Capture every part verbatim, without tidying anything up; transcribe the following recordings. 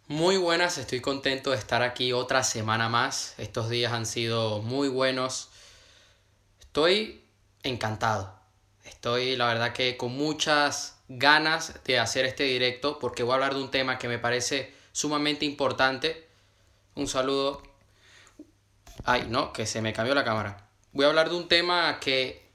Muy buenas, estoy contento de estar aquí otra semana más. Estos días han sido muy buenos. Estoy encantado. Estoy, la verdad, que con muchas ganas de hacer este directo porque voy a hablar de un tema que me parece sumamente importante. Un saludo. Ay, no, que se me cambió la cámara. Voy a hablar de un tema que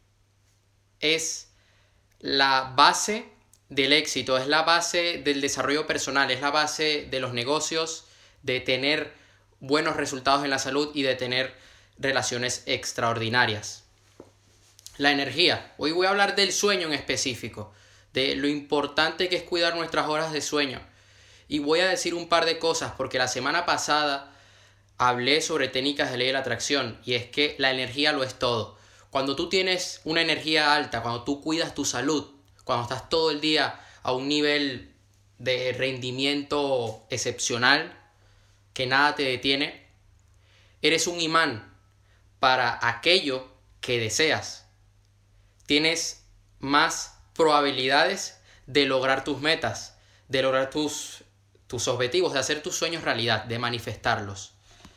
es la base del éxito, es la base del desarrollo personal, es la base de los negocios, de tener buenos resultados en la salud y de tener relaciones extraordinarias. La energía. Hoy voy a hablar del sueño en específico, de lo importante que es cuidar nuestras horas de sueño. Y voy a decir un par de cosas porque la semana pasada hablé sobre técnicas de ley de la atracción y es que la energía lo es todo. Cuando tú tienes una energía alta, cuando tú cuidas tu salud, cuando estás todo el día a un nivel de rendimiento excepcional, que nada te detiene, eres un imán para aquello que deseas. Tienes más probabilidades de lograr tus metas, de lograr tus, tus objetivos, de hacer tus sueños realidad, de manifestarlos.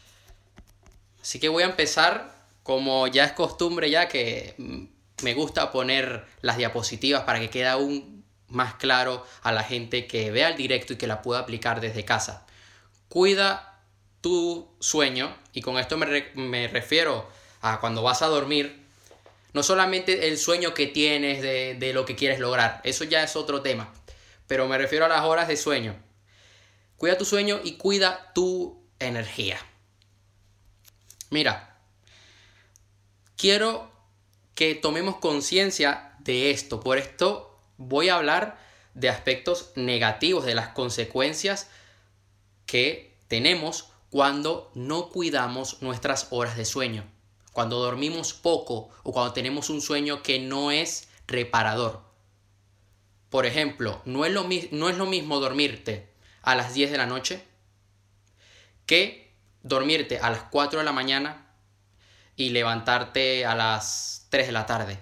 Así que voy a empezar, como ya es costumbre ya, que me gusta poner las diapositivas para que quede aún más claro a la gente que vea el directo y que la pueda aplicar desde casa. Cuida tu sueño, y con esto me, re- me refiero a cuando vas a dormir, no solamente el sueño que tienes de, de lo que quieres lograr, eso ya es otro tema, pero me refiero a las horas de sueño. Cuida tu sueño y cuida tu energía. Mira, quiero que tomemos conciencia de esto. Por esto voy a hablar de aspectos negativos, de las consecuencias que tenemos cuando no cuidamos nuestras horas de sueño, cuando dormimos poco o cuando tenemos un sueño que no es reparador. Por ejemplo, no es lo, no es lo mismo dormirte a las diez de la noche que dormirte a las cuatro de la mañana y levantarte a las tres de la tarde.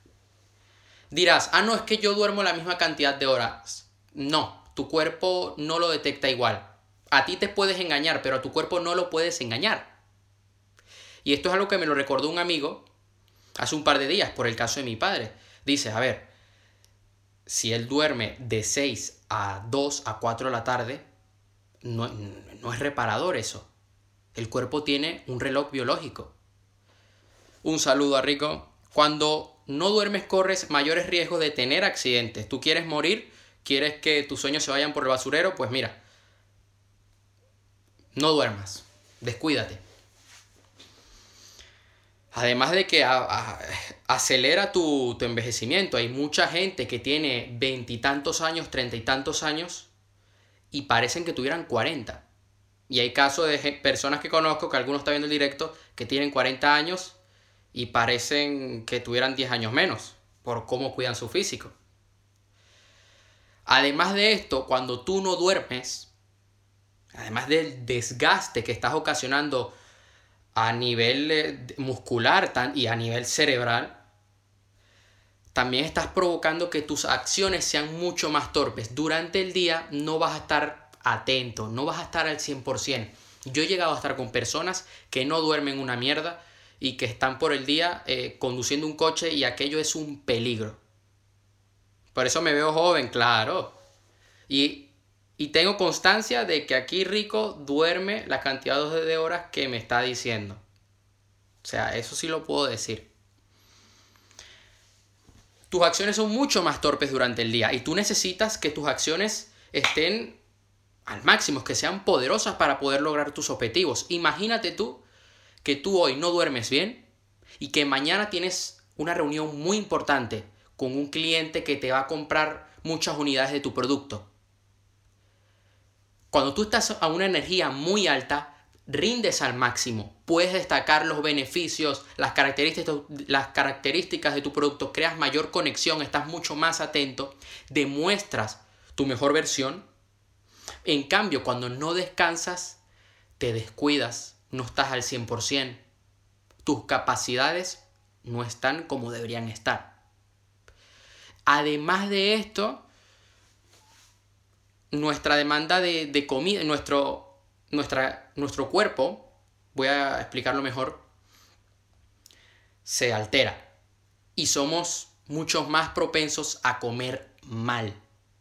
Dirás, ah, no, es que yo duermo la misma cantidad de horas. No, tu cuerpo no lo detecta igual. A ti te puedes engañar, pero a tu cuerpo no lo puedes engañar. Y esto es algo que me lo recordó un amigo hace un par de días por el caso de mi padre. Dice, a ver, si él duerme de seis a dos a cuatro de la tarde, no, no es reparador eso. El cuerpo tiene un reloj biológico. Un saludo a Rico. Cuando no duermes corres mayores riesgos de tener accidentes. ¿Tú quieres morir? ¿Quieres que tus sueños se vayan por el basurero? Pues mira, no duermas. Descuídate. Además de que a, a, acelera tu, tu envejecimiento. Hay mucha gente que tiene veintitantos años, treinta y tantos años y parecen que tuvieran cuarenta. Y hay casos de personas que conozco, que algunos están viendo el directo, que tienen cuarenta años y parecen que tuvieran diez años menos por cómo cuidan su físico. Además de esto, cuando tú no duermes, además del desgaste que estás ocasionando a nivel muscular y a nivel cerebral, también estás provocando que tus acciones sean mucho más torpes. Durante el día no vas a estar atento, no vas a estar al cien por ciento. Yo he llegado a estar con personas que no duermen una mierda y que están por el día eh, conduciendo un coche y aquello es un peligro. Por eso me veo joven, claro. Y, y tengo constancia de que aquí Rico duerme la cantidad de horas que me está diciendo. O sea, eso sí lo puedo decir. Tus acciones son mucho más torpes durante el día y tú necesitas que tus acciones estén al máximo, que sean poderosas para poder lograr tus objetivos. Imagínate tú que tú hoy no duermes bien y que mañana tienes una reunión muy importante con un cliente que te va a comprar muchas unidades de tu producto. Cuando tú estás a una energía muy alta, rindes al máximo, puedes destacar los beneficios, las características, las características de tu producto, creas mayor conexión, estás mucho más atento, demuestras tu mejor versión. En cambio, cuando no descansas, te descuidas, no estás al cien por ciento. Tus capacidades no están como deberían estar. Además de esto, nuestra demanda de, de comida, nuestro, nuestra, nuestro cuerpo, voy a explicarlo mejor, se altera y somos mucho más propensos a comer mal.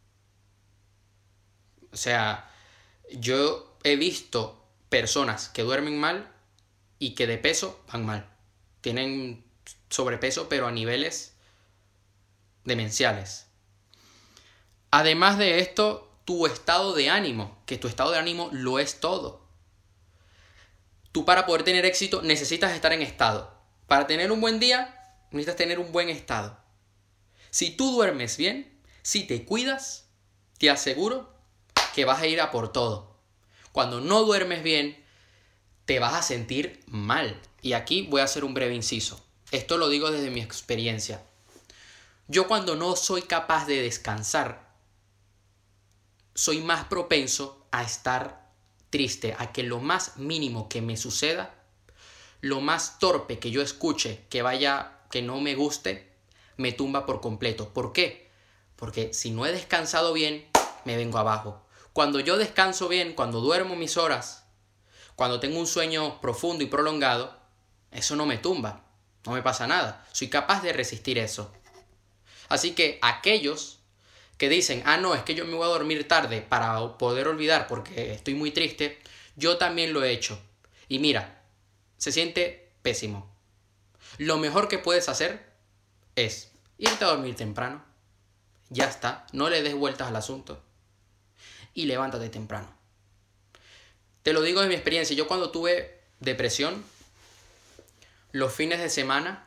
O sea, yo he visto personas que duermen mal y que de peso van mal. Tienen sobrepeso, pero a niveles demenciales. Además de esto, tu estado de ánimo, que tu estado de ánimo lo es todo. Tú, para poder tener éxito, necesitas estar en estado. Para tener un buen día, necesitas tener un buen estado. Si tú duermes bien, si te cuidas, te aseguro que vas a ir a por todo. Cuando no duermes bien, te vas a sentir mal. Y aquí voy a hacer un breve inciso. Esto lo digo desde mi experiencia. Yo, cuando no soy capaz de descansar, soy más propenso a estar triste, a que lo más mínimo que me suceda, lo más torpe que yo escuche, que vaya, que no me guste, me tumba por completo. ¿Por qué? Porque si no he descansado bien, me vengo abajo. Cuando yo descanso bien, cuando duermo mis horas, cuando tengo un sueño profundo y prolongado, eso no me tumba, no me pasa nada. Soy capaz de resistir eso. Así que aquellos que dicen, ah, no, es que yo me voy a dormir tarde para poder olvidar porque estoy muy triste, yo también lo he hecho. Y mira, se siente pésimo. Lo mejor que puedes hacer es irte a dormir temprano. Ya está, no le des vueltas al asunto. Y levántate temprano. Te lo digo de mi experiencia. Yo, cuando tuve depresión, los fines de semana,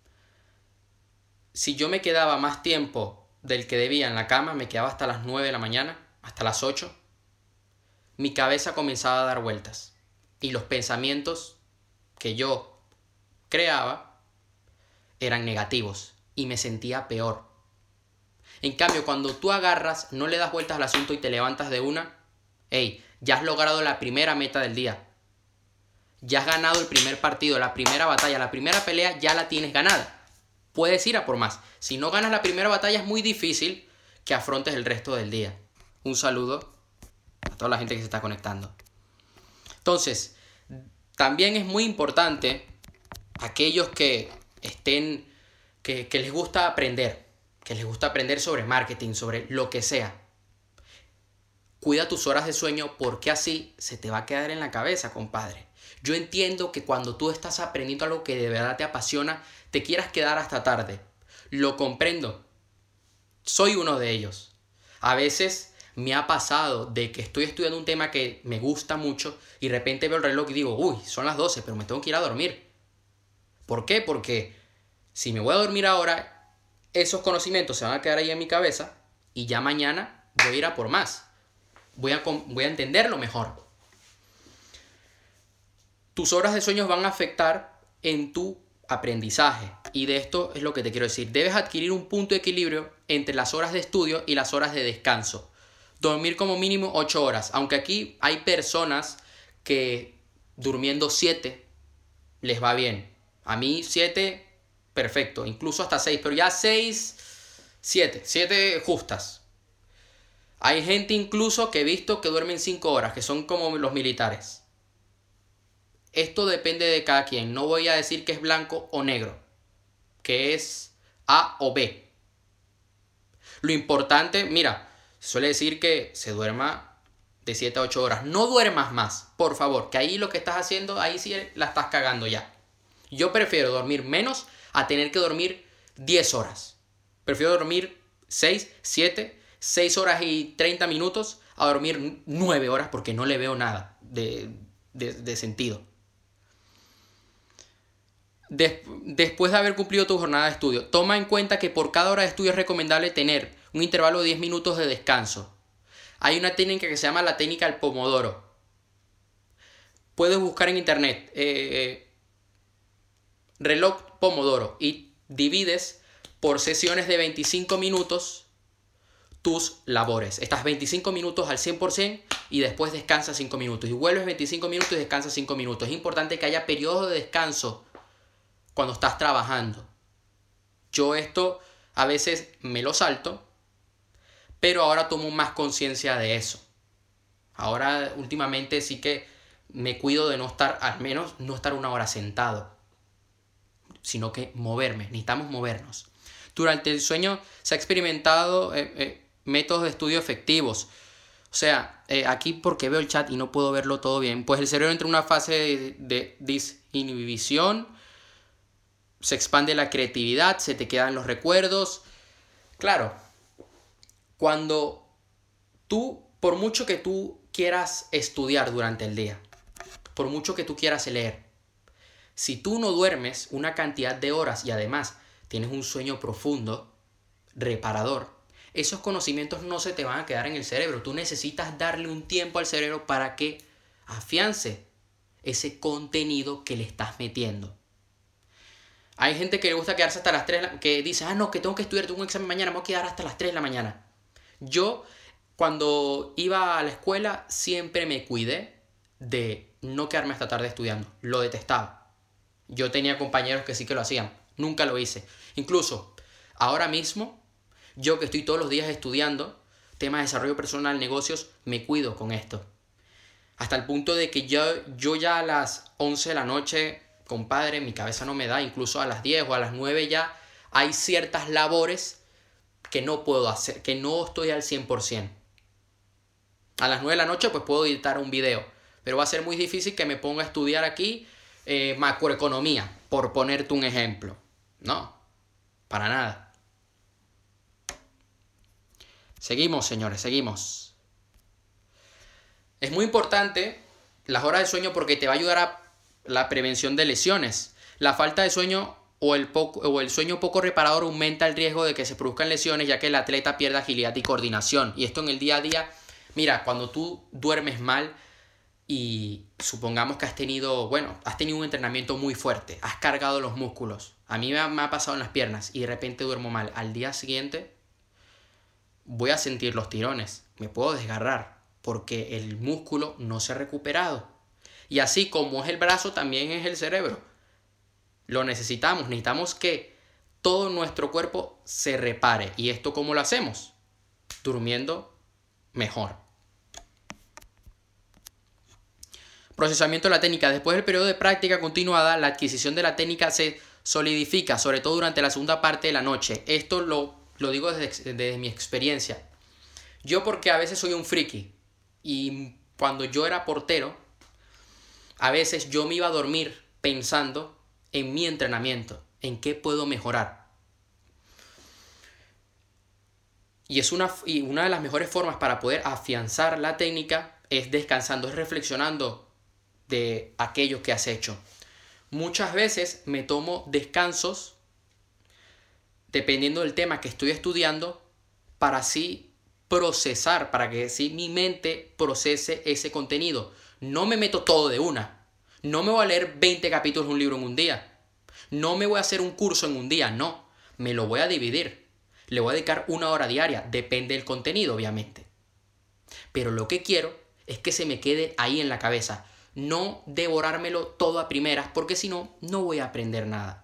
si yo me quedaba más tiempo del que debía en la cama, me quedaba hasta las nueve de la mañana, hasta las ocho, mi cabeza comenzaba a dar vueltas. Y los pensamientos que yo creaba eran negativos y me sentía peor. En cambio, cuando tú agarras, no le das vueltas al asunto y te levantas de una, hey, ya has logrado la primera meta del día. Ya has ganado el primer partido, la primera batalla, la primera pelea ya la tienes ganada. Puedes ir a por más. Si no ganas la primera batalla, es muy difícil que afrontes el resto del día. Un saludo a toda la gente que se está conectando. Entonces, también es muy importante aquellos que estén, que, que les gusta aprender, que les gusta aprender sobre marketing, sobre lo que sea. Cuida tus horas de sueño, porque así se te va a quedar en la cabeza, compadre. Yo entiendo que cuando tú estás aprendiendo algo que de verdad te apasiona, te quieras quedar hasta tarde. Lo comprendo. Soy uno de ellos. A veces me ha pasado de que estoy estudiando un tema que me gusta mucho y de repente veo el reloj y digo, uy, son las doce, pero me tengo que ir a dormir. ¿Por qué? Porque si me voy a dormir ahora, esos conocimientos se van a quedar ahí en mi cabeza y ya mañana voy a ir a por más. Voy a, voy a entenderlo mejor. Tus horas de sueño van a afectar en tu aprendizaje. Y de esto es lo que te quiero decir. Debes adquirir un punto de equilibrio entre las horas de estudio y las horas de descanso. Dormir como mínimo ocho horas. Aunque aquí hay personas que durmiendo siete les va bien. A mí siete, perfecto. Incluso hasta seis. Pero ya seis, siete. siete justas. Hay gente incluso que he visto que duermen cinco horas, que son como los militares. Esto depende de cada quien. No voy a decir que es blanco o negro, que es A o B. Lo importante, mira, se suele decir que se duerma de siete a ocho horas. No duermas más, por favor, que ahí lo que estás haciendo, ahí sí la estás cagando ya. Yo prefiero dormir menos a tener que dormir diez horas. Prefiero dormir seis, siete, seis horas y treinta minutos a dormir nueve horas, porque no le veo nada de, de, de sentido. Des- después de haber cumplido tu jornada de estudio, toma en cuenta que por cada hora de estudio es recomendable tener un intervalo de diez minutos de descanso. Hay una técnica que se llama la técnica del pomodoro. Puedes buscar en internet eh, reloj pomodoro y divides por sesiones de veinticinco minutos tus labores. Estás veinticinco minutos al cien por ciento y después descansas cinco minutos. Y vuelves veinticinco minutos y descansas cinco minutos. Es importante que haya periodos de descanso cuando estás trabajando. Yo esto a veces me lo salto, pero ahora tomo más conciencia de eso. Ahora últimamente sí que me cuido de no estar, al menos no estar una hora sentado, sino que moverme, necesitamos movernos. Durante el sueño se ha experimentado eh, eh, métodos de estudio efectivos. O sea, eh, aquí porque veo el chat y no puedo verlo todo bien, pues el cerebro entra en una fase de, de desinhibición, se expande la creatividad, se te quedan los recuerdos. Claro, cuando tú, por mucho que tú quieras estudiar durante el día, por mucho que tú quieras leer, si tú no duermes una cantidad de horas y además tienes un sueño profundo, reparador, esos conocimientos no se te van a quedar en el cerebro. Tú necesitas darle un tiempo al cerebro para que afiance ese contenido que le estás metiendo. Hay gente que le gusta quedarse hasta las tres, que dice, ah, no, que tengo que estudiar, tengo un examen mañana, me voy a quedar hasta las tres de la mañana. Yo, cuando iba a la escuela, siempre me cuidé de no quedarme hasta tarde estudiando. Lo detestaba. Yo tenía compañeros que sí que lo hacían. Nunca lo hice. Incluso, ahora mismo, yo que estoy todos los días estudiando temas de desarrollo personal, negocios, me cuido con esto. Hasta el punto de que yo, yo ya a las once de la noche, compadre, mi cabeza no me da. Incluso a las diez o a las nueve ya hay ciertas labores que no puedo hacer, que no estoy al cien por ciento. A las nueve de la noche pues puedo editar un video, pero va a ser muy difícil que me ponga a estudiar aquí eh, macroeconomía, por ponerte un ejemplo. No, para nada. Seguimos, señores, seguimos. Es muy importante las horas de sueño porque te va a ayudar a la prevención de lesiones. La falta de sueño o el, poco, o el sueño poco reparador aumenta el riesgo de que se produzcan lesiones, ya que el atleta pierde agilidad y coordinación. Y esto en el día a día, mira, cuando tú duermes mal y supongamos que has tenido, bueno, has tenido un entrenamiento muy fuerte, has cargado los músculos. A mí me ha, me ha pasado en las piernas y de repente duermo mal. Al día siguiente voy a sentir los tirones, me puedo desgarrar porque el músculo no se ha recuperado. Y así como es el brazo, también es el cerebro. Lo necesitamos, necesitamos que todo nuestro cuerpo se repare. ¿Y esto cómo lo hacemos? Durmiendo mejor. Procesamiento de la técnica. Después del periodo de práctica continuada, la adquisición de la técnica se solidifica, sobre todo durante la segunda parte de la noche. Esto lo, lo digo desde, desde mi experiencia. Yo porque a veces soy un friki y cuando yo era portero, a veces yo me iba a dormir pensando en mi entrenamiento, en qué puedo mejorar. Y, es una, y una de las mejores formas para poder afianzar la técnica es descansando, es reflexionando de aquello que has hecho. Muchas veces me tomo descansos dependiendo del tema que estoy estudiando para así procesar, para que así mi mente procese ese contenido. No me meto todo de una. No me voy a leer veinte capítulos de un libro en un día. No me voy a hacer un curso en un día, no. Me lo voy a dividir. Le voy a dedicar una hora diaria. Depende del contenido, obviamente. Pero lo que quiero es que se me quede ahí en la cabeza. No devorármelo todo a primeras, porque si no, no voy a aprender nada.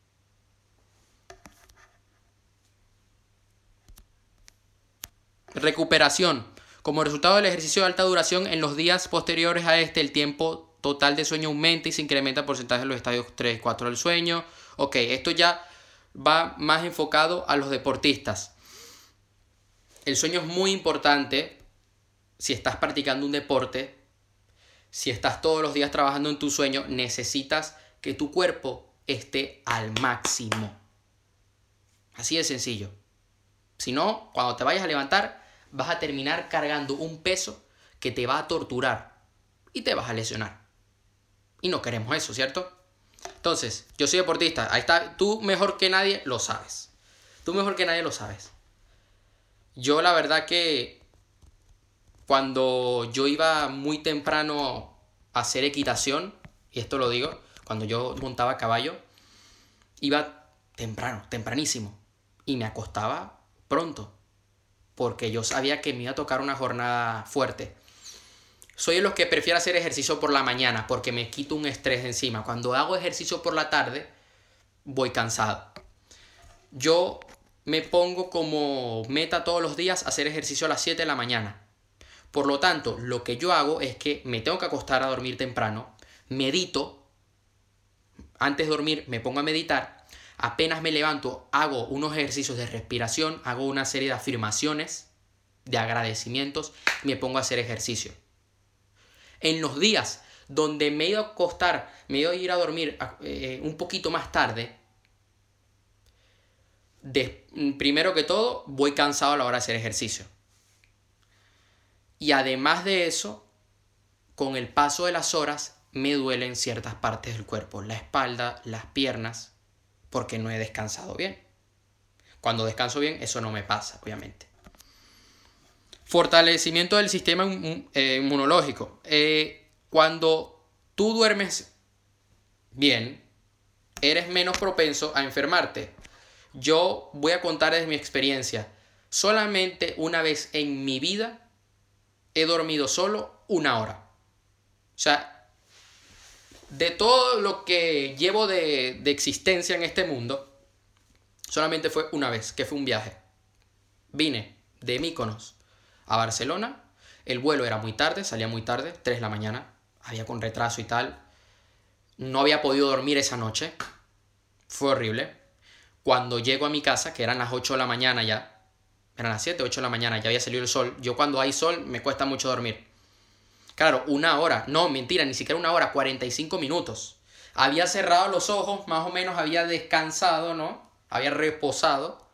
Recuperación. Como resultado del ejercicio de alta duración, en los días posteriores a este, el tiempo total de sueño aumenta y se incrementa el porcentaje de los estadios tres y cuatro del sueño. Ok, esto ya va más enfocado a los deportistas. El sueño es muy importante si estás practicando un deporte. Si estás todos los días trabajando en tu sueño, necesitas que tu cuerpo esté al máximo. Así de sencillo. Si no, cuando te vayas a levantar, vas a terminar cargando un peso que te va a torturar y te vas a lesionar. Y no queremos eso, ¿cierto? Entonces, yo soy deportista. Ahí está. Tú mejor que nadie lo sabes. Tú mejor que nadie lo sabes. Yo la verdad que cuando yo iba muy temprano a hacer equitación, y esto lo digo, cuando yo montaba a caballo, iba temprano, tempranísimo. Y me acostaba pronto, porque yo sabía que me iba a tocar una jornada fuerte. Soy de los que prefiero hacer ejercicio por la mañana, porque me quito un estrés de encima. Cuando hago ejercicio por la tarde, voy cansado. Yo me pongo como meta todos los días hacer ejercicio a las siete de la mañana. Por lo tanto, lo que yo hago es que me tengo que acostar a dormir temprano, medito, antes de dormir me pongo a meditar, apenas me levanto hago unos ejercicios de respiración, hago una serie de afirmaciones, de agradecimientos y me pongo a hacer ejercicio. En los días donde me he ido a acostar, me he ido a ir a dormir eh, un poquito más tarde, de, primero que todo voy cansado a la hora de hacer ejercicio. Y además de eso, con el paso de las horas me duelen ciertas partes del cuerpo, la espalda, las piernas, porque no he descansado bien. Cuando descanso bien, eso no me pasa, obviamente. Fortalecimiento del sistema inmunológico. Eh, cuando tú duermes bien, eres menos propenso a enfermarte. Yo voy a contar desde mi experiencia. Solamente una vez en mi vida he dormido solo una hora. O sea, de todo lo que llevo de, de existencia en este mundo, solamente fue una vez, que fue un viaje. Vine de Mykonos a Barcelona. El vuelo era muy tarde, salía muy tarde, tres de la mañana. Había con retraso y tal. No había podido dormir esa noche. Fue horrible. Cuando llego a mi casa, que eran las ocho de la mañana ya, eran las siete, ocho de la mañana, ya había salido el sol. Yo cuando hay sol me cuesta mucho dormir. Claro, una hora, no, mentira, ni siquiera una hora, cuarenta y cinco minutos. Había cerrado los ojos, más o menos había descansado, ¿no? Había reposado.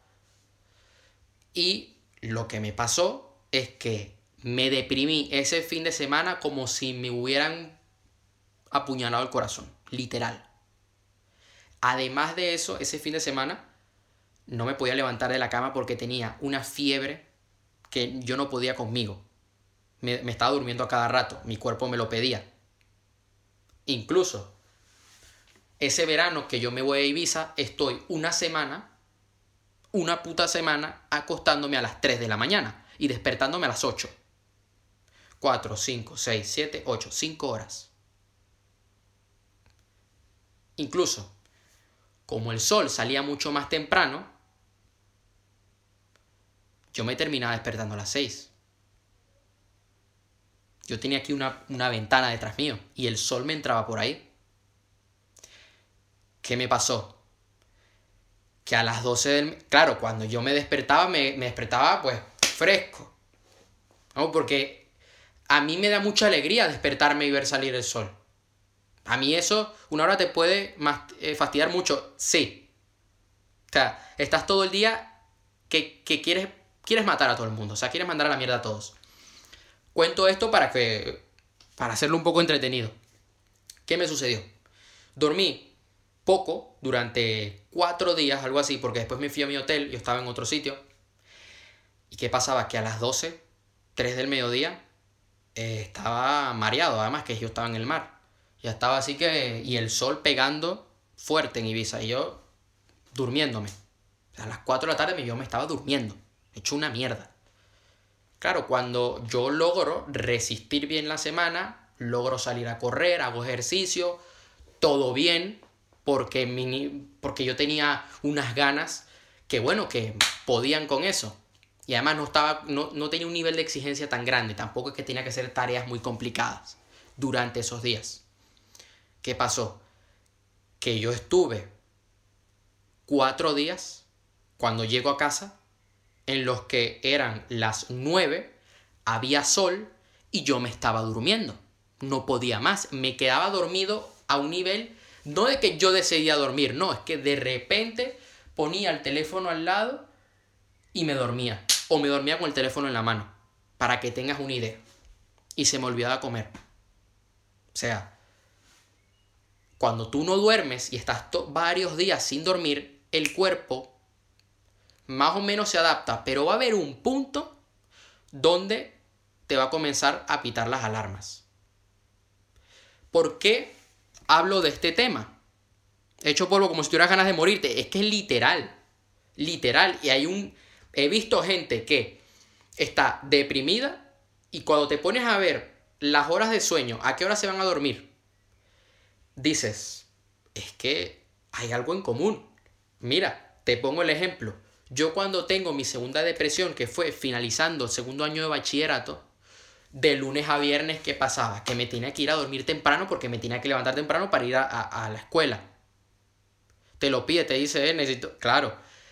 Y lo que me pasó es que me deprimí ese fin de semana como si me hubieran apuñalado el corazón, literal. Además de eso, ese fin de semana no me podía levantar de la cama porque tenía una fiebre que yo no podía conmigo. Me, me estaba durmiendo a cada rato. Mi cuerpo me lo pedía. Incluso, ese verano que yo me voy a Ibiza, estoy una semana, una puta semana, acostándome a las tres de la mañana y despertándome a las ocho. cuatro, cinco, seis, siete, ocho, cinco horas. Incluso, como el sol salía mucho más temprano, yo me terminaba despertando a las seis. Yo tenía aquí una, una ventana detrás mío y el sol me entraba por ahí. ¿Qué me pasó? Que a las doce del... Claro, cuando yo me despertaba, me, me despertaba pues fresco. ¿No? Porque a mí me da mucha alegría despertarme y ver salir el sol. A mí eso, una hora te puede más, eh, fastidiar mucho. Sí. O sea, estás todo el día que, que quieres... Quieres matar a todo el mundo, o sea, quieres mandar a la mierda a todos. Cuento esto para que para hacerlo un poco entretenido. ¿Qué me sucedió? Dormí poco durante cuatro días, algo así, porque después me fui a mi hotel, yo estaba en otro sitio. ¿Y qué pasaba? Que a las doce, tres del mediodía, eh, estaba mareado, además que yo estaba en el mar. Ya estaba así que... Y el sol pegando fuerte en Ibiza, y yo durmiéndome. O sea, a las cuatro de la tarde yo me estaba durmiendo. Hecho una mierda. Claro, cuando yo logro resistir bien la semana, logro salir a correr, hago ejercicio, todo bien, porque, mi, porque yo tenía unas ganas que, bueno, que podían con eso. Y además no, estaba, no, no tenía un nivel de exigencia tan grande, tampoco es que tenía que hacer tareas muy complicadas durante esos días. ¿Qué pasó? Que yo estuve cuatro días, cuando llego a casa, en los que eran las nueve, había sol y yo me estaba durmiendo. No podía más. Me quedaba dormido a un nivel, no de que yo decidía dormir, no, es que de repente ponía el teléfono al lado y me dormía. O me dormía con el teléfono en la mano, para que tengas una idea. Y se me olvidaba comer. O sea, cuando tú no duermes y estás varios días sin dormir, el cuerpo más o menos se adapta, pero va a haber un punto donde te va a comenzar a pitar las alarmas. ¿Por qué hablo de este tema? Hecho polvo como si tuvieras ganas de morirte. Es que es literal. Literal. Y hay un... He visto gente que está deprimida y cuando te pones a ver las horas de sueño, a qué hora se van a dormir, dices, es que hay algo en común. Mira, te pongo el ejemplo. Yo cuando tengo mi segunda depresión, que fue finalizando el segundo año de bachillerato, de lunes a viernes, ¿qué pasaba? Que me tenía que ir a dormir temprano porque me tenía que levantar temprano para ir a, a, a la escuela. Te lo pide, te dice, eh, necesito... Claro.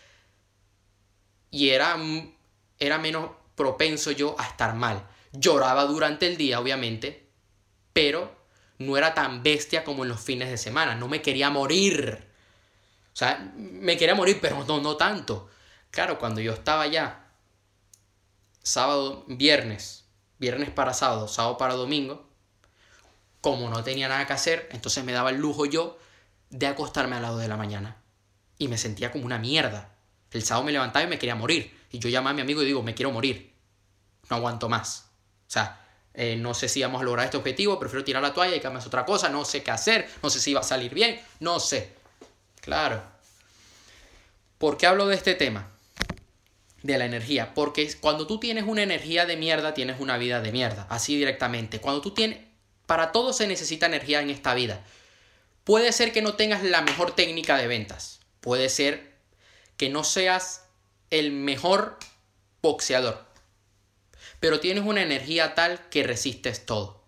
Y era, era menos propenso yo a estar mal. Lloraba durante el día, obviamente, pero no era tan bestia como en los fines de semana. No me quería morir. O sea, me quería morir, pero no, no tanto. Claro, cuando yo estaba ya sábado, viernes, viernes para sábado, sábado para domingo, como no tenía nada que hacer, entonces me daba el lujo yo de acostarme a las dos de la mañana. Y me sentía como una mierda. El sábado me levantaba y me quería morir. Y yo llamaba a mi amigo y digo, me quiero morir. No aguanto más. O sea, eh, no sé si vamos a lograr este objetivo, prefiero tirar la toalla y que hagas otra cosa, no sé qué hacer, no sé si va a salir bien, no sé. Claro. ¿Por qué hablo de este tema? De la energía. Porque cuando tú tienes una energía de mierda, tienes una vida de mierda. Así directamente. Cuando tú tienes... Para todo se necesita energía en esta vida. Puede ser que no tengas la mejor técnica de ventas. Puede ser que no seas el mejor boxeador. Pero tienes una energía tal que resistes todo.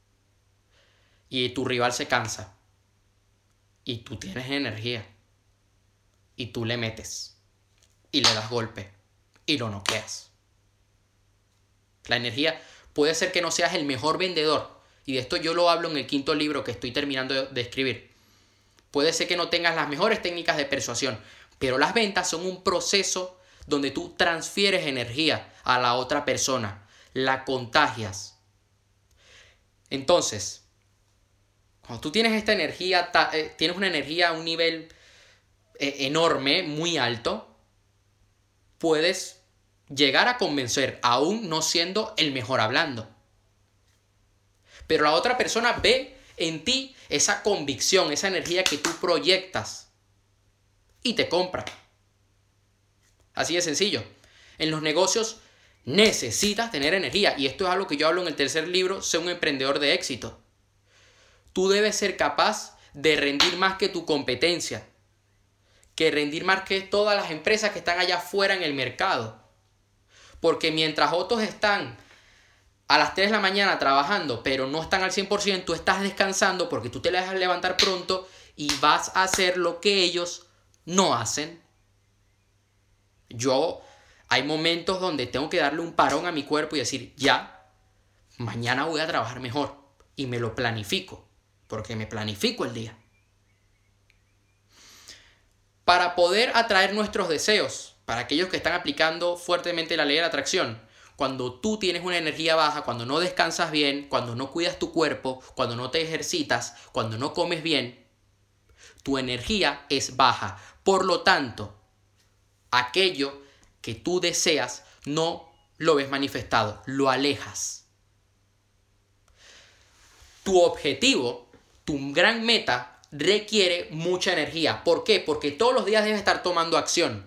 Y tu rival se cansa. Y tú tienes energía. Y tú le metes. Y le das golpe. Y lo noqueas. La energía puede ser que no seas el mejor vendedor. Y de esto yo lo hablo en el quinto libro que estoy terminando de escribir. Puede ser que no tengas las mejores técnicas de persuasión. Pero las ventas son un proceso donde tú transfieres energía a la otra persona. La contagias. Entonces, cuando tú tienes esta energía, eh, tienes una energía a un nivel eh, enorme, muy alto, puedes llegar a convencer, aún no siendo el mejor hablando. Pero la otra persona ve en ti esa convicción, esa energía que tú proyectas y te compra. Así de sencillo. En los negocios necesitas tener energía. Y esto es algo que yo hablo en el tercer libro, Sé un emprendedor de éxito. Tú debes ser capaz de rendir más que tu competencia. Que rendir más que todas las empresas que están allá afuera en el mercado. Porque mientras otros están a las tres de la mañana trabajando, pero no están al cien por ciento, tú estás descansando porque tú te la dejas levantar pronto y vas a hacer lo que ellos no hacen. Yo, hay momentos donde tengo que darle un parón a mi cuerpo y decir, ya, mañana voy a trabajar mejor. Y me lo planifico, porque me planifico el día. Para poder atraer nuestros deseos, para aquellos que están aplicando fuertemente la ley de la atracción, cuando tú tienes una energía baja, cuando no descansas bien, cuando no cuidas tu cuerpo, cuando no te ejercitas, cuando no comes bien, tu energía es baja. Por lo tanto, aquello que tú deseas no lo ves manifestado, lo alejas. Tu objetivo, tu gran meta, requiere mucha energía. ¿Por qué? Porque todos los días debes estar tomando acción.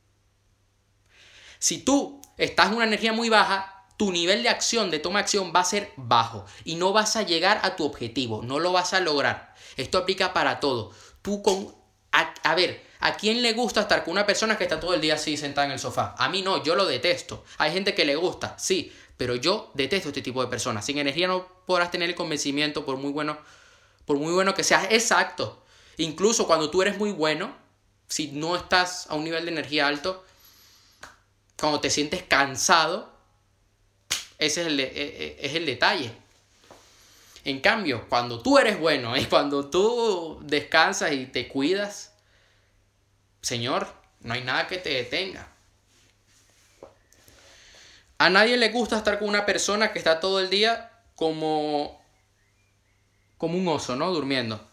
Si tú estás en una energía muy baja, tu nivel de acción, de toma de acción va a ser bajo y no vas a llegar a tu objetivo, no lo vas a lograr. Esto aplica para todo. Tú con... A, a ver, ¿a quién le gusta estar con una persona que está todo el día así sentada en el sofá? A mí no, yo lo detesto. Hay gente que le gusta, sí, pero yo detesto este tipo de personas. Sin energía no podrás tener el convencimiento por muy bueno, por muy bueno que seas. Exacto. Incluso cuando tú eres muy bueno, si no estás a un nivel de energía alto, cuando te sientes cansado, ese es el, de, es el detalle. En cambio, cuando tú eres bueno y cuando tú descansas y te cuidas, Señor, no hay nada que te detenga. A nadie le gusta estar con una persona que está todo el día como, como un oso, ¿no? Durmiendo.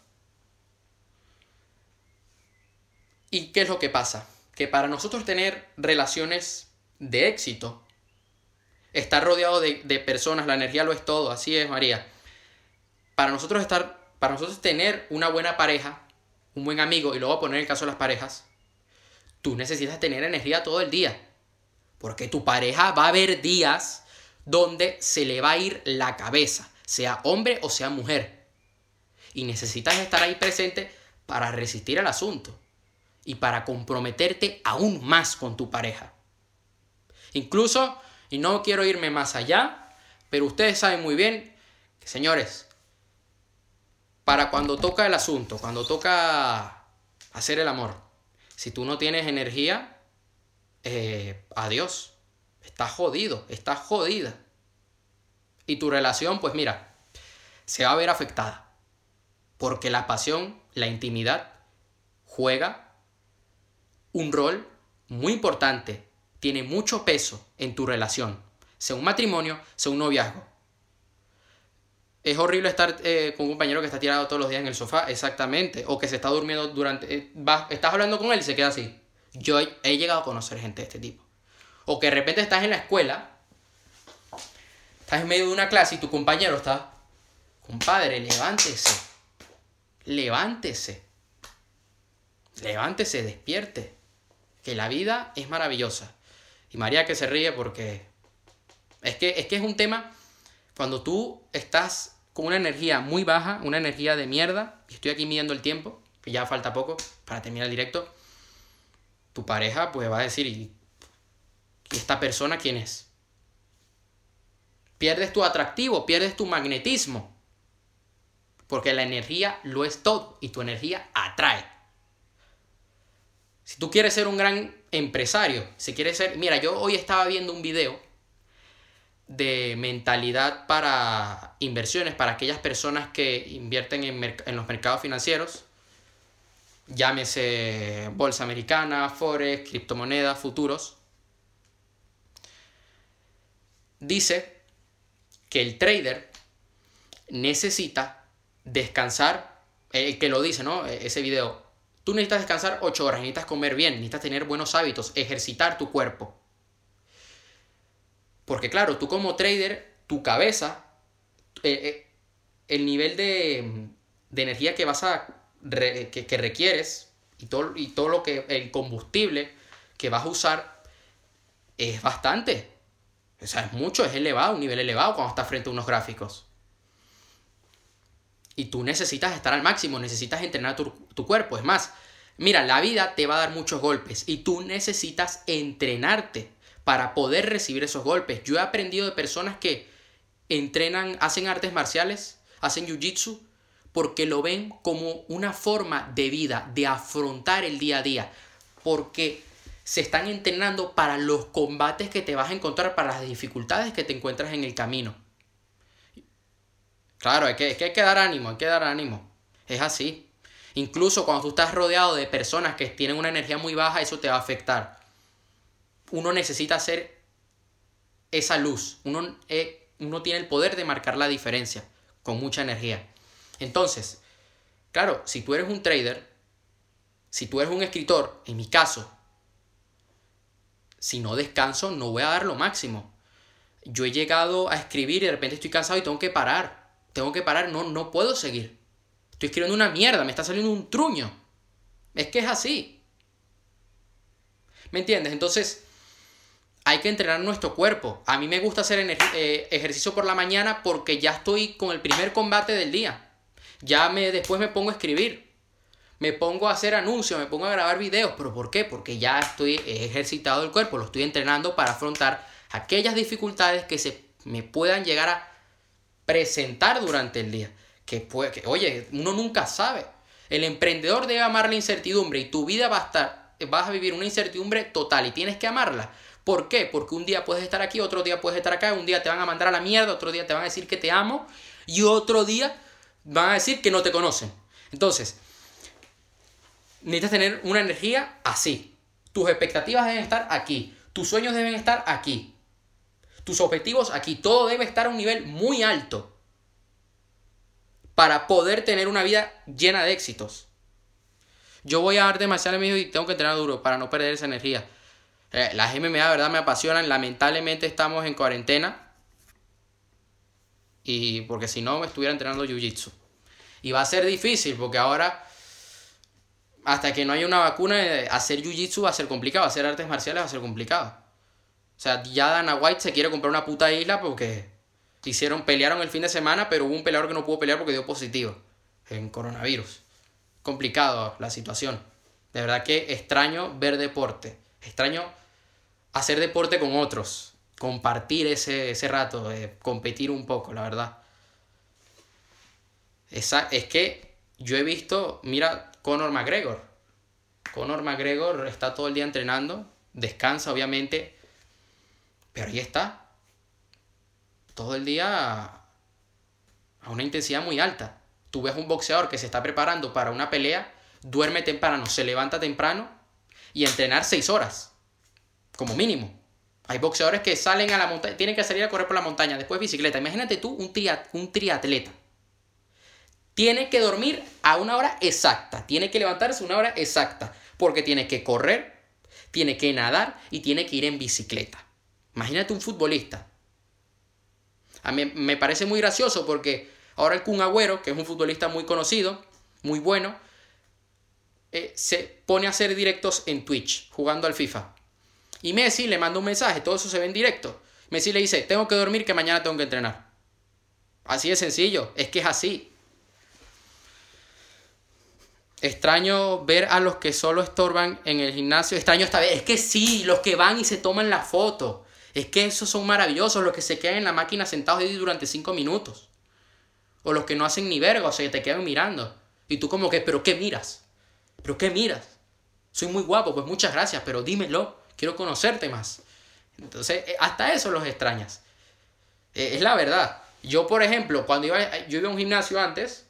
¿Y qué es lo que pasa? Que para nosotros tener relaciones de éxito, estar rodeado de, de personas, la energía lo es todo, así es, María. Para nosotros estar, para nosotros tener una buena pareja, un buen amigo, y luego a poner el caso de las parejas, tú necesitas tener energía todo el día. Porque tu pareja va a haber días donde se le va a ir la cabeza, sea hombre o sea mujer. Y necesitas estar ahí presente para resistir el asunto. y para comprometerte aún más con tu pareja. Incluso, y no quiero irme más allá, pero ustedes saben muy bien que, señores, para cuando toca el asunto, cuando toca hacer el amor, si tú no tienes energía, eh, adiós, estás jodido, estás jodida. Y tu relación, pues mira, se va a ver afectada. Porque la pasión, la intimidad, juega un rol muy importante, tiene mucho peso en tu relación, sea un matrimonio, sea un noviazgo. Es horrible estar eh, con un compañero que está tirado todos los días en el sofá, exactamente, o que se está durmiendo durante... Eh, va, estás hablando con él y se queda así. Yo he, he llegado a conocer gente de este tipo. O que de repente estás en la escuela, estás en medio de una clase y tu compañero está... Compadre, levántese. Levántese. Levántese, despierte. Que la vida es maravillosa. Y María que se ríe porque... Es que, es que es un tema... Cuando tú estás con una energía muy baja, una energía de mierda, y estoy aquí midiendo el tiempo, que ya falta poco para terminar el directo, tu pareja pues va a decir, ¿y esta persona quién es? Pierdes tu atractivo, pierdes tu magnetismo, porque la energía lo es todo, y tu energía atrae. Si tú quieres ser un gran empresario, si quieres ser... Mira, yo hoy estaba viendo un video de mentalidad para inversiones, para aquellas personas que invierten en, merc- en los mercados financieros, llámese bolsa americana, forex, criptomonedas, futuros. Dice que el trader necesita descansar, el que lo dice, ¿no? Ese video, tú necesitas descansar ocho horas, necesitas comer bien, necesitas tener buenos hábitos, ejercitar tu cuerpo. Porque claro, tú como trader, tu cabeza, eh, eh, el nivel de, de energía que vas a re, que, que requieres y todo, y todo lo que el combustible que vas a usar es bastante. O sea, es mucho, es elevado, un nivel elevado cuando estás frente a unos gráficos. Y tú necesitas estar al máximo, necesitas entrenar tu, tu cuerpo. Es más, mira, la vida te va a dar muchos golpes y tú necesitas entrenarte para poder recibir esos golpes. Yo he aprendido de personas que entrenan, hacen artes marciales, hacen jiu-jitsu, porque lo ven como una forma de vida, de afrontar el día a día. Porque se están entrenando para los combates que te vas a encontrar, para las dificultades que te encuentras en el camino. Claro, hay que, es que hay que dar ánimo, hay que dar ánimo. Es así. Incluso cuando tú estás rodeado de personas que tienen una energía muy baja, eso te va a afectar. Uno necesita hacer esa luz. Uno, eh, uno tiene el poder de marcar la diferencia con mucha energía. Entonces, claro, si tú eres un trader, si tú eres un escritor, en mi caso, si no descanso, no voy a dar lo máximo. Yo he llegado a escribir y de repente estoy cansado y tengo que parar. Tengo que parar, no, no puedo seguir. Estoy escribiendo una mierda, me está saliendo un truño. Es que es así. ¿Me entiendes? Entonces... hay que entrenar nuestro cuerpo. A mí me gusta hacer ener- eh, ejercicio por la mañana porque ya estoy con el primer combate del día. Ya me, después me pongo a escribir. Me pongo a hacer anuncios, me pongo a grabar videos. ¿Pero por qué? Porque ya estoy he ejercitado el cuerpo, lo estoy entrenando para afrontar aquellas dificultades que se me puedan llegar a presentar durante el día. Que, puede, que oye, uno nunca sabe. El emprendedor debe amar la incertidumbre y tu vida va a estar, vas a vivir una incertidumbre total y tienes que amarla. ¿Por qué? Porque un día puedes estar aquí, otro día puedes estar acá, un día te van a mandar a la mierda, otro día te van a decir que te amo y otro día van a decir que no te conocen. Entonces, necesitas tener una energía así. Tus expectativas deben estar aquí, tus sueños deben estar aquí, tus objetivos aquí, todo debe estar a un nivel muy alto para poder tener una vida llena de éxitos. Yo voy a artes marciales y tengo que entrenar duro para no perder esa energía. Eh, las M M A, de verdad, me apasionan. Lamentablemente estamos en cuarentena. Y porque si no, me estuviera entrenando jiu-jitsu. Y va a ser difícil porque ahora, hasta que no haya una vacuna, hacer jiu-jitsu va a ser complicado. Hacer artes marciales va a ser complicado. O sea, ya Dana White se quiere comprar una puta isla porque hicieron, pelearon el fin de semana, pero hubo un peleador que no pudo pelear porque dio positivo en coronavirus. Complicado la situación. De verdad que extraño ver deporte. Extraño hacer deporte con otros. Compartir ese, ese rato, eh, competir un poco, la verdad. Esa, es que yo he visto, mira, Conor McGregor. Conor McGregor está todo el día entrenando, descansa obviamente, pero ahí está. Todo el día a una intensidad muy alta. Tú ves un boxeador que se está preparando para una pelea, duerme temprano, se levanta temprano y entrenar seis horas, como mínimo. Hay boxeadores que salen a la montaña, tienen que salir a correr por la montaña, después bicicleta. Imagínate tú un, triat, un triatleta. Tiene que dormir a una hora exacta, tiene que levantarse a una hora exacta, porque tiene que correr, tiene que nadar y tiene que ir en bicicleta. Imagínate un futbolista. A mí me parece muy gracioso porque ahora el Kun Agüero, que es un futbolista muy conocido, muy bueno, eh, se pone a hacer directos en Twitch, jugando al FIFA. Y Messi le manda un mensaje, todo eso se ve en directo. Messi le dice, tengo que dormir que mañana tengo que entrenar. Así de sencillo, es que es así. Extraño ver a los que solo estorban en el gimnasio. Extraño esta vez, es que sí, los que van y se toman la foto. Es que esos son maravillosos, los que se quedan en la máquina sentados ahí durante cinco minutos. O los que no hacen ni verga, o sea, que te quedan mirando. Y tú como que, ¿pero qué miras? ¿Pero qué miras? Soy muy guapo, pues muchas gracias, pero dímelo. Quiero conocerte más. Entonces, hasta eso los extrañas. Es la verdad. Yo, por ejemplo, cuando iba, yo iba a un gimnasio antes,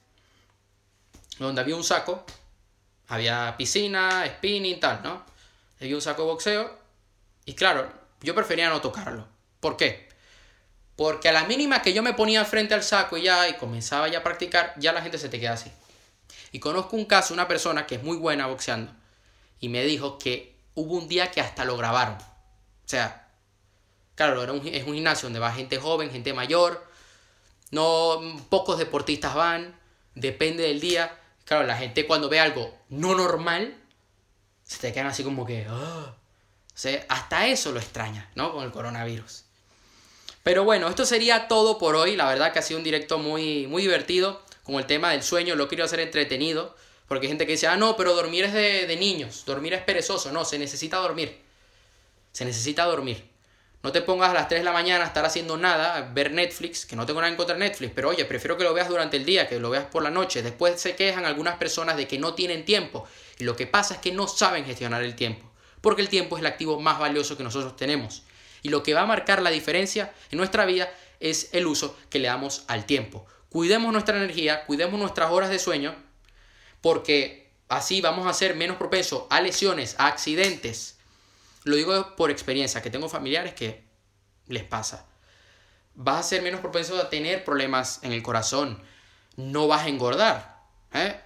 donde había un saco, había piscina, spinning y tal, ¿no? Había un saco de boxeo. Y claro, yo prefería no tocarlo. ¿Por qué? Porque a la mínima que yo me ponía frente al saco y ya y comenzaba ya a practicar, ya la gente se te queda así. Y conozco un caso, una persona que es muy buena boxeando, y me dijo que hubo un día que hasta lo grabaron. O sea, claro, era un, es un gimnasio donde va gente joven, gente mayor. No, pocos deportistas van. Depende del día. Claro, la gente cuando ve algo no normal, se te quedan así como que... Oh. O sea, hasta eso lo extraña, ¿no? Con el coronavirus. Pero bueno, esto sería todo por hoy. La verdad que ha sido un directo muy, muy divertido. Con el tema del sueño, lo quiero hacer entretenido. Porque hay gente que dice, ah, no, pero dormir es de, de niños, dormir es perezoso. No, se necesita dormir. Se necesita dormir. No te pongas a las tres de la mañana a estar haciendo nada, ver Netflix, que no tengo nada en contra de Netflix, pero oye, prefiero que lo veas durante el día, que lo veas por la noche. Después se quejan algunas personas de que no tienen tiempo. Y lo que pasa es que no saben gestionar el tiempo. Porque el tiempo es el activo más valioso que nosotros tenemos. Y lo que va a marcar la diferencia en nuestra vida es el uso que le damos al tiempo. Cuidemos nuestra energía, cuidemos nuestras horas de sueño, porque así vamos a ser menos propensos a lesiones, a accidentes. Lo digo por experiencia, que tengo familiares que les pasa. Vas a ser menos propenso a tener problemas en el corazón. No vas a engordar. ¿eh?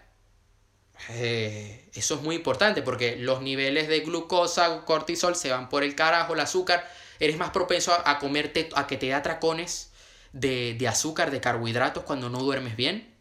Eh, eso es muy importante porque los niveles de glucosa, cortisol se van por el carajo, el azúcar. Eres más propenso a, a comerte, a que te da atracones de, de azúcar, de carbohidratos cuando no duermes bien.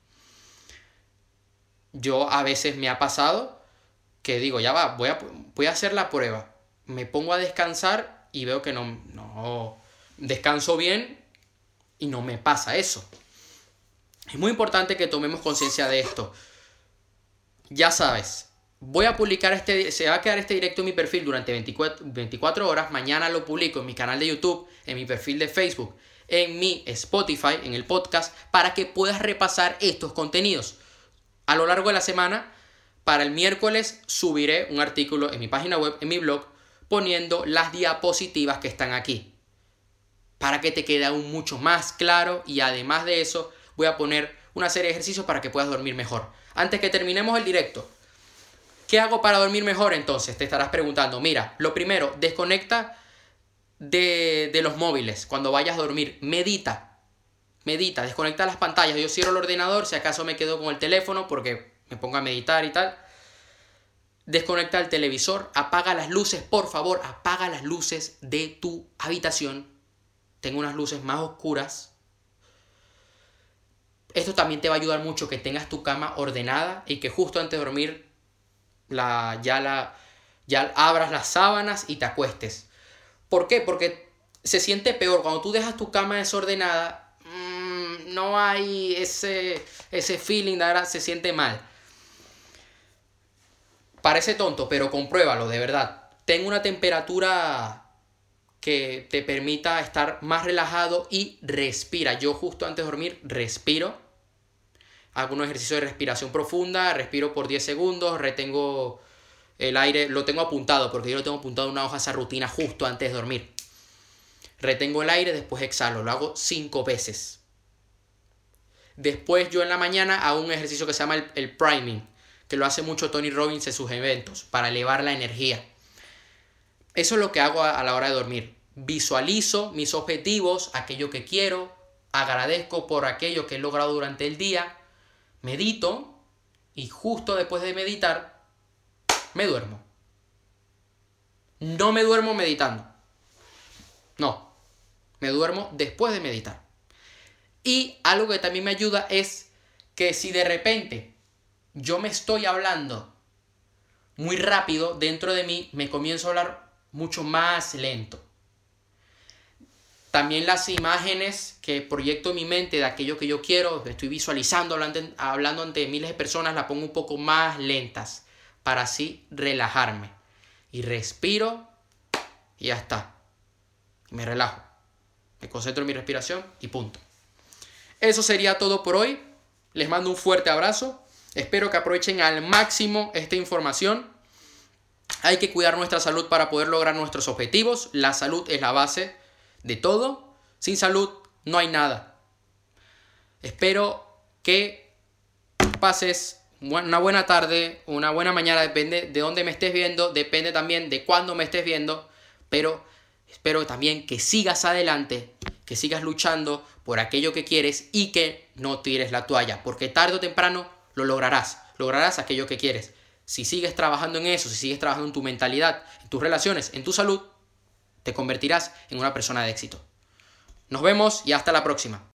Yo a veces me ha pasado que digo, ya va, voy a, voy a hacer la prueba. Me pongo a descansar y veo que no, no descanso bien y no me pasa eso. Es muy importante que tomemos conciencia de esto. Ya sabes, voy a publicar este, se va a quedar este directo en mi perfil durante veinticuatro, veinticuatro horas. Mañana lo publico en mi canal de YouTube, en mi perfil de Facebook, en mi Spotify, en el podcast, para que puedas repasar estos contenidos. A lo largo de la semana, para el miércoles subiré un artículo en mi página web, en mi blog, poniendo las diapositivas que están aquí, para que te quede aún mucho más claro, y además de eso voy a poner una serie de ejercicios para que puedas dormir mejor. Antes que terminemos el directo, ¿qué hago para dormir mejor entonces? Te estarás preguntando. Mira, lo primero, desconecta de, de los móviles cuando vayas a dormir. Medita. Medita, desconecta las pantallas. Yo cierro el ordenador, si acaso me quedo con el teléfono porque me pongo a meditar y tal. Desconecta el televisor, apaga las luces, por favor, apaga las luces de tu habitación. Tengo unas luces más oscuras. Esto también te va a ayudar mucho, que tengas tu cama ordenada y que justo antes de dormir la, ya, la, ya abras las sábanas y te acuestes. ¿Por qué? Porque se siente peor. Cuando tú dejas tu cama desordenada, mmm, no hay ese, ese feeling, de verdad, se siente mal. Parece tonto, pero compruébalo, de verdad. Ten una temperatura que te permita estar más relajado y respira. Yo justo antes de dormir respiro. Hago un ejercicio de respiración profunda, respiro por diez segundos, retengo el aire, lo tengo apuntado porque yo lo tengo apuntado en una hoja, esa rutina justo antes de dormir. Retengo el aire, después exhalo, lo hago cinco veces. Después yo en la mañana hago un ejercicio que se llama el, el priming, que lo hace mucho Tony Robbins en sus eventos, para elevar la energía. Eso es lo que hago a, a la hora de dormir. Visualizo mis objetivos, aquello que quiero, agradezco por aquello que he logrado durante el día, medito y justo después de meditar me duermo. No me duermo meditando. No, me duermo después de meditar. Y algo que también me ayuda es que si de repente yo me estoy hablando muy rápido dentro de mí, me comienzo a hablar mucho más lento. También las imágenes que proyecto en mi mente de aquello que yo quiero, estoy visualizando, hablando, hablando ante miles de personas, las pongo un poco más lentas para así relajarme. Y respiro y ya está. Me relajo. Me concentro en mi respiración y punto. Eso sería todo por hoy. Les mando un fuerte abrazo. Espero que aprovechen al máximo esta información. Hay que cuidar nuestra salud para poder lograr nuestros objetivos. La salud es la base de todo. Sin salud no hay nada. Espero que pases una buena tarde, una buena mañana, depende de dónde me estés viendo, depende también de cuándo me estés viendo, pero espero también que sigas adelante, que sigas luchando por aquello que quieres y que no tires la toalla, porque tarde o temprano lo lograrás, lograrás aquello que quieres. Si sigues trabajando en eso, si sigues trabajando en tu mentalidad, en tus relaciones, en tu salud, te convertirás en una persona de éxito. Nos vemos y hasta la próxima.